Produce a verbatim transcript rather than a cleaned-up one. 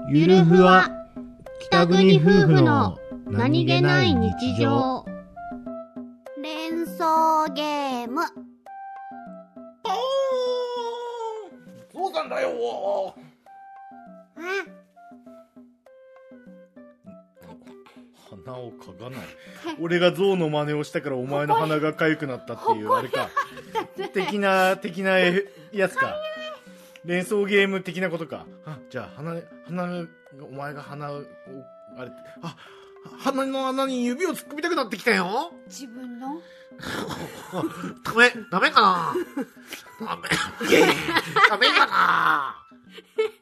ゆるふわ北国夫婦の何気ない日常。 連想ゲーム。 そうなんだよ。鼻をかがない。俺が象の真似をしたからお前の鼻が痒くなったっていうあれか。的な的なやつか。連想ゲーム的なことか。あ、じゃあ鼻鼻がお前が鼻をあれあ鼻の穴に指を突っ込みたくなってきたよ。 自分のダメダメかな。ダメいやいやダメかな。